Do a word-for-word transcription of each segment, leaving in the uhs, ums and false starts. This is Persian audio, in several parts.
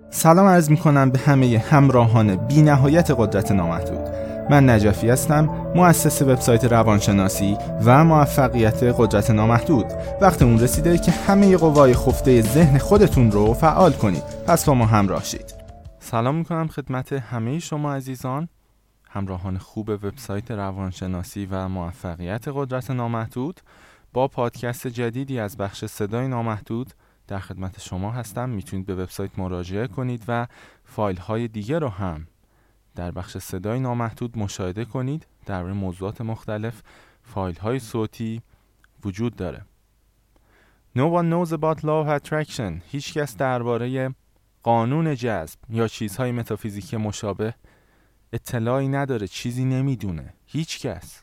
سلام عرض میکنم به همه همراهان بی نهایت قدرت نامحدود. من نجفی هستم، مؤسس وبسایت روانشناسی و موفقیت قدرت نامحدود. وقت اون رسیده که همه قوای خفته ذهن خودتون رو فعال کنید. پس با ما همراه شید. سلام میکنم خدمت همه شما عزیزان، همراهان خوب وبسایت روانشناسی و موفقیت قدرت نامحدود. با پادکست جدیدی از بخش صدای نامحدود در خدمت شما هستم. میتونید به وبسایت مراجعه کنید و فایل های دیگه رو هم در بخش صدای نامحدود مشاهده کنید. درباره موضوعات مختلف فایل های صوتی وجود داره. No one knows about law of attraction. هیچ کس درباره قانون جذب یا چیزهای متافیزیکی مشابه اطلاعی نداره، چیزی نمیدونه. هیچ کس.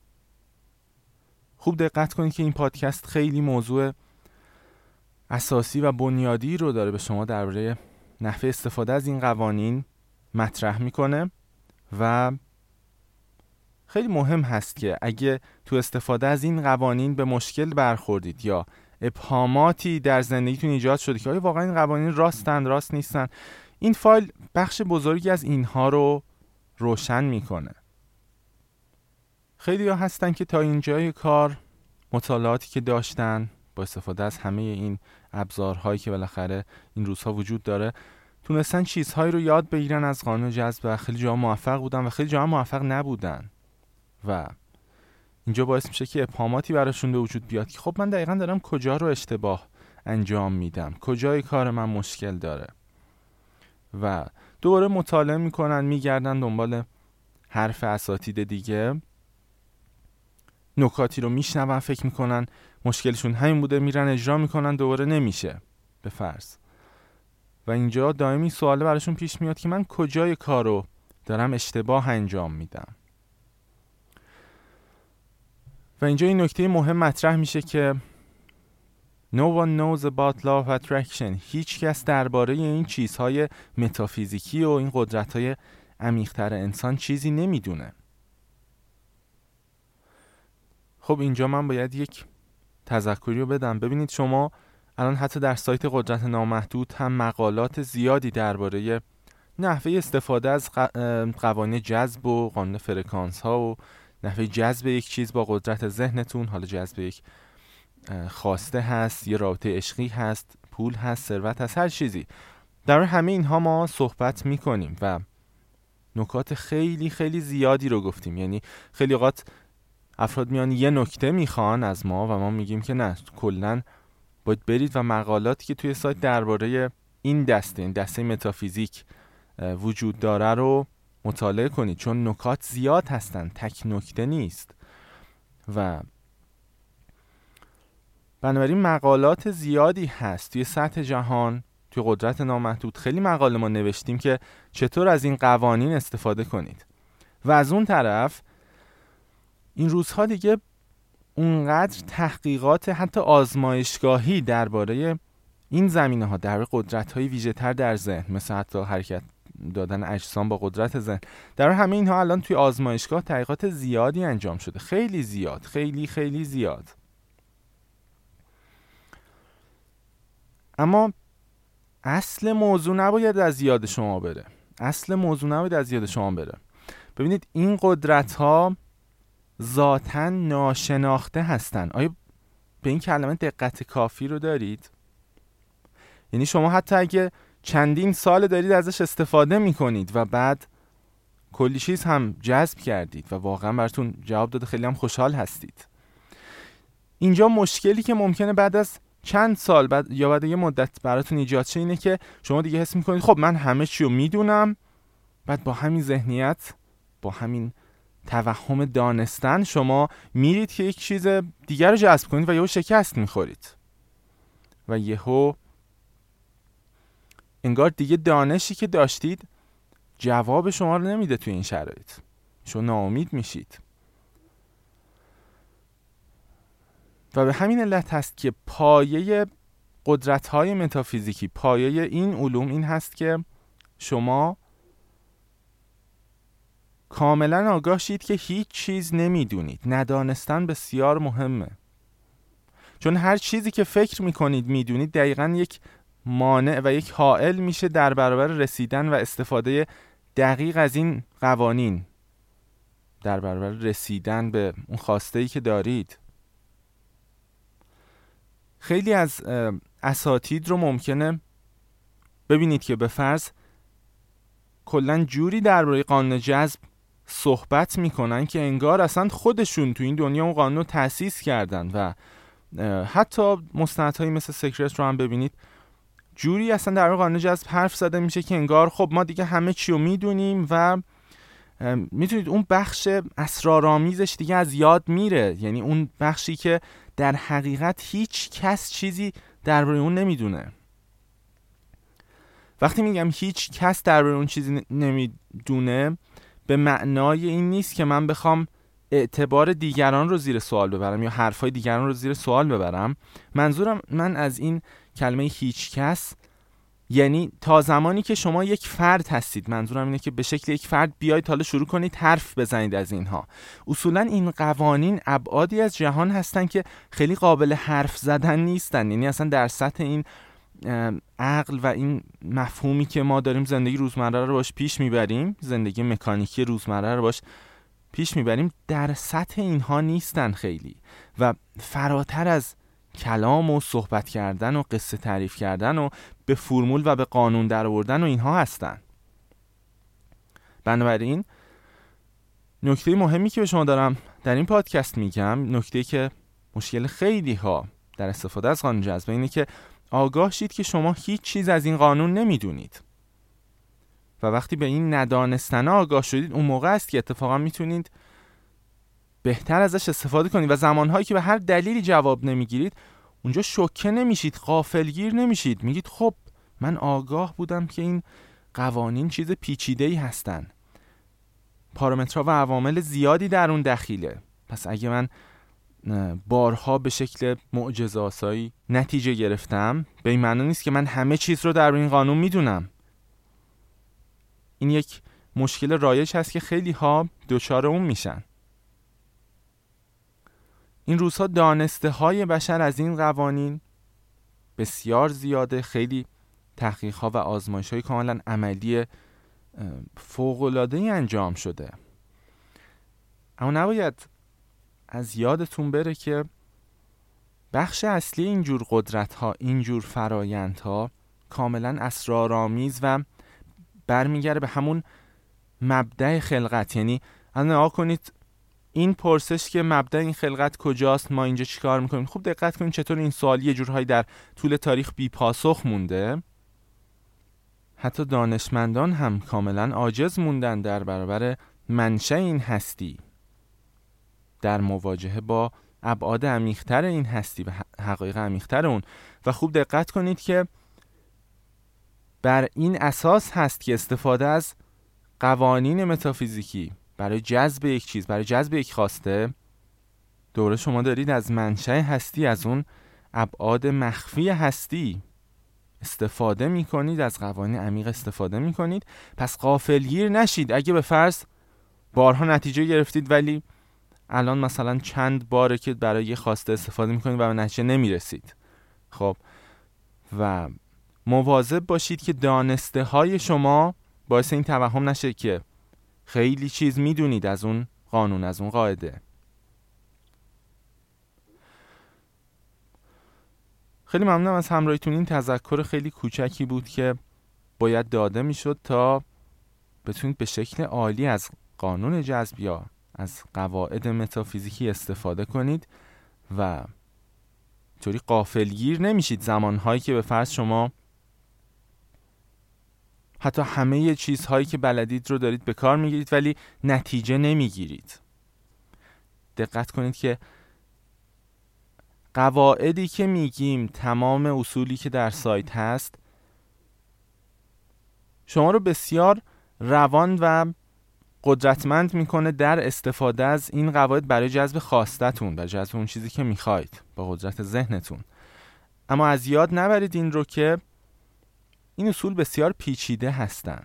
خوب دقت کنید که این پادکست خیلی موضوع اساسی و بنیادی رو داره به شما درباره نحوه استفاده از این قوانین مطرح میکنه و خیلی مهم هست که اگه تو استفاده از این قوانین به مشکل برخوردید یا ابهاماتی در زندگیتون ایجاد شده که آیا واقعا این قوانین راستن راست نیستن، این فایل بخش بزرگی از اینها رو روشن میکنه. خیلی ها هستن که تا اینجای کار مطالعاتی که داشتن با استفاده از همه این ابزارهایی که بالاخره این روزها وجود داره تونستن چیزهایی رو یاد بگیرن از قانون جذب و خیلی جاها موفق بودن و خیلی جاها موفق نبودن و اینجا باعث میشه که ابهاماتی براشون به وجود بیاد که خب من دقیقاً دارم کجا رو اشتباه انجام میدم، کجای کار من مشکل داره و دوباره مطالعه میکنن، میگردن دنبال حرف اساتید دیگه، نکاتی رو میشنون، فکر میکنن مشکلشون همین بوده، میرن اجرا میکنن، دوباره نمیشه به فرض. و اینجا دائمی سواله براشون پیش میاد که من کجای کار رو دارم اشتباه انجام میدم. و اینجا این نکته مهم مطرح میشه که No one knows about law of attraction. هیچ کس درباره این چیزهای متافیزیکی و این قدرت‌های عمیق‌تر انسان چیزی نمیدونه. خب اینجا من باید یک تذکری رو بدم. ببینید شما الان حتی در سایت قدرت نامحدود هم مقالات زیادی درباره نحوه استفاده از قوانین جذب و قانون فرکانس ها و نحوه جذب یک چیز با قدرت ذهنتون، حالا جذب یک خواسته هست، یه رابطه عشقی هست، پول هست، ثروت هست، هر چیزی، در همه اینها ما صحبت میکنیم و نکات خیلی خیلی زیادی رو گفتیم. یعنی خیلی اوقات افراد میان یه نکته میخوان از ما و ما میگیم که نه، کلن باید برید و مقالاتی که توی سایت درباره این دسته این دسته متافیزیک وجود داره رو مطالعه کنید، چون نکات زیاد هستن، تک نکته نیست. و بنابراین مقالات زیادی هست توی سطح جهان، توی قدرت نامحدود خیلی مقاله ما نوشتیم که چطور از این قوانین استفاده کنید. و از اون طرف این روزها دیگه اونقدر تحقیقات حتی آزمایشگاهی درباره این زمینه‌ها، در قدرت‌های ویژه‌تر در ذهن، مثل حتی حرکت دادن اجسام با قدرت ذهن، در همه اینها الان توی آزمایشگاه تحقیقات زیادی انجام شده، خیلی زیاد، خیلی خیلی زیاد. اما اصل موضوع نباید از یاد شما بره. اصل موضوع نباید از یاد شما بره. ببینید این قدرت‌ها ذاتاً ناشناخته هستن. آیا به این کلمه دقت کافی رو دارید؟ یعنی شما حتی اگه چندین سال دارید ازش استفاده میکنید و بعد کلی چیز هم جذب کردید و واقعا براتون جواب داده، خیلی هم خوشحال هستید، اینجا مشکلی که ممکنه بعد از چند سال بعد یا بعد یه مدت براتون ایجاد شه اینه که شما دیگه حس میکنید خب من همه چی رو میدونم، بعد با همین ذهنیت، با همین توهم دانستن شما میرید که یک چیز دیگر رو جذب کنید و یهو شکست میخورید و یهو انگار دیگه دانشی که داشتید جواب شما رو نمیده توی این شرایط، شما ناامید میشید. و به همین علت هست که پایه قدرت‌های متافیزیکی، پایه این علوم این هست که شما کاملا آگاه شید که هیچ چیز نمیدونید. ندانستن بسیار مهمه، چون هر چیزی که فکر میکنید میدونید دقیقاً یک مانع و یک حائل میشه در برابر رسیدن و استفاده دقیق از این قوانین، در برابر رسیدن به اون خواسته‌ای که دارید. خیلی از اساتید رو ممکنه ببینید که به فرض کلاً جوری درباره قانون جذب صحبت میکنن که انگار اصلا خودشون تو این دنیا اون قانون رو تأسیس کردن و حتی مستندهایی مثل سکرت رو هم ببینید جوری اصلا در قانون جذب حرف زده میشه که انگار خب ما دیگه همه چی رو میدونیم و میتونید اون بخش اسرارآمیزش دیگه از یاد میره، یعنی اون بخشی که در حقیقت هیچ کس چیزی درباره اون نمیدونه. وقتی میگم هیچ کس درباره اون چیزی نمیدونه به معنای این نیست که من بخوام اعتبار دیگران رو زیر سوال ببرم یا حرفای دیگران رو زیر سوال ببرم. منظورم من از این کلمه هیچ کس یعنی تا زمانی که شما یک فرد هستید، منظورم اینه که به شکل یک فرد بیایید حالا شروع کنید حرف بزنید از اینها. اصولا این قوانین ابعادی از جهان هستن که خیلی قابل حرف زدن نیستن، یعنی اصلا در سطح این عقل و این مفهومی که ما داریم زندگی روزمره رو باش پیش میبریم، زندگی مکانیکی روزمره رو باش پیش میبریم، در سطح اینها نیستن خیلی و فراتر از کلام و صحبت کردن و قصه تعریف کردن و به فرمول و به قانون در آوردن و اینها هستن. بنابراین نکته مهمی که به شما دارم در این پادکست میگم، نکته که مشکل خیلی ها در استفاده از قانون جذب اینه که آگاه شید که شما هیچ چیز از این قانون نمیدونید و وقتی به این ندانستن آگاه شدید اون موقع است که اتفاقا میتونید بهتر ازش استفاده کنید و زمانهایی که به هر دلیلی جواب نمیگیرید اونجا شوکه نمیشید، غافلگیر نمیشید، میگید خب من آگاه بودم که این قوانین چیز پیچیده‌ای هستن، پارامترها و عوامل زیادی در اون دخیله، پس اگه من بارها به شکل معجزه‌آسایی نتیجه گرفتم به این معنی نیست که من همه چیز رو در این قانون میدونم. این یک مشکل رایج هست که خیلی ها دچار اون میشن. این روزها دانسته های بشر از این قوانین بسیار زیاده، خیلی تحقیق ها و آزمایش های کاملا عملی فوق‌العاده‌ای انجام شده، اما نباید از یادتون بره که بخش اصلی اینجور قدرت ها، اینجور فرایند ها کاملا اسرارآمیز و برمیگره به همون مبدأ خلقت. یعنی نگاه کنید این پرسش که مبدأ این خلقت کجاست، ما اینجا چیکار میکنیم، خوب دقت کنید چطور این سوال یه جورهایی در طول تاریخ بی پاسخ مونده. حتی دانشمندان هم کاملا عاجز موندن در برابر منشأ این هستی، در مواجهه با ابعاد عمیق‌تر این هستی و حقایق عمیق‌تر اون. و خوب دقت کنید که بر این اساس هست که استفاده از قوانین متافیزیکی برای جذب یک چیز، برای جذب یک خواسته، دوره شما دارید از منشأ هستی، از اون ابعاد مخفی هستی استفاده میکنید، از قوانین عمیق استفاده میکنید. پس غافلگیر نشید. اگه به فرض بارها نتیجه گرفتید ولی الان مثلا چند باره که برای یه خواسته استفاده میکنید و به نتیجه نمیرسید، خب و مواظب باشید که دانسته های شما باعث این توهم نشه که خیلی چیز میدونید از اون قانون، از اون قاعده. خیلی ممنونم از همراهیتون. این تذکر خیلی کوچکی بود که باید داده میشد تا بتونید به شکل عالی از قانون جذب یا از قواعد متافیزیکی استفاده کنید و طوری غافلگیر نمیشید زمانهایی که به فرض شما حتی همه چیزهایی که بلدید رو دارید به کار میگیرید ولی نتیجه نمیگیرید. دقت کنید که قواعدی که میگیم، تمام اصولی که در سایت هست شما رو بسیار روان و قدرتمند میکنه در استفاده از این قواعد برای جذب خواستتون، برای جذب اون چیزی که میخواید با قدرت ذهنتون. اما از یاد نبرید این رو که این اصول بسیار پیچیده هستن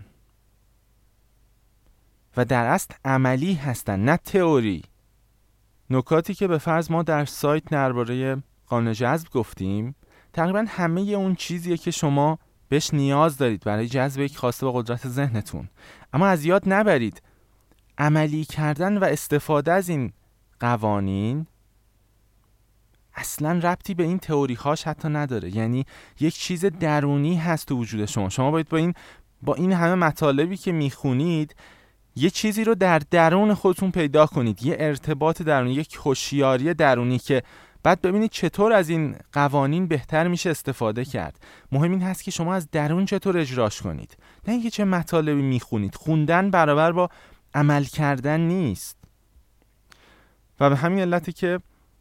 و در اصل عملی هستن، نه تئوری. نکاتی که به فرض ما در سایت درباره قانون جذب گفتیم تقریبا همه اون چیزیه که شما بهش نیاز دارید برای جذب یک خواسته با قدرت ذهنتون. اما از یاد نبرید عملی کردن و استفاده از این قوانین اصلا ربطی به این تئوری هاش حتی نداره. یعنی یک چیز درونی هست تو وجود شما. شما باید با این با این همه مطالبی که میخونید یه چیزی رو در درون خودتون پیدا کنید، یه ارتباط درونی، یک هوشیاری درونی که بعد ببینید چطور از این قوانین بهتر میشه استفاده کرد. مهم این هست که شما از درون چطور اجراش کنید، نه اینکه چه مطالبی میخونید. خوندن برابر با عمل کردن نیست. و به همین علته که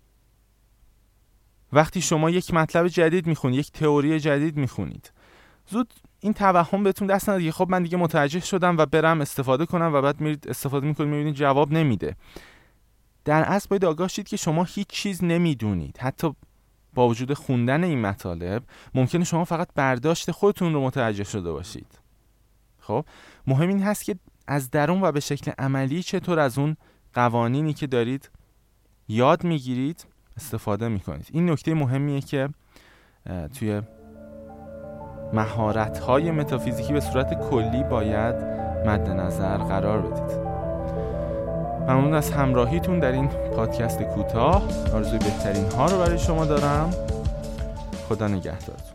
وقتی شما یک مطلب جدید میخونید، یک تئوری جدید میخونید، زود این توهم بهتون دست نده خب من دیگه متوجه شدم و برم استفاده کنم و بعد میرید استفاده میکنید میبینید جواب نمیده. در اصل باید آگاه شید که شما هیچ چیز نمیدونید. حتی با وجود خوندن این مطالب ممکنه شما فقط برداشت خودتون رو متوجه شده باشید. خب مهم این هست که از درون و به شکل عملی چطور از اون قوانینی که دارید یاد میگیرید استفاده میکنید. این نکته مهمیه که توی مهارت‌های متافیزیکی به صورت کلی باید مد نظر قرار بدید. ممنون از همراهیتون در این پادکست کوتاه. آرزوی بهترین ها رو برای شما دارم. خدا نگهدارتون.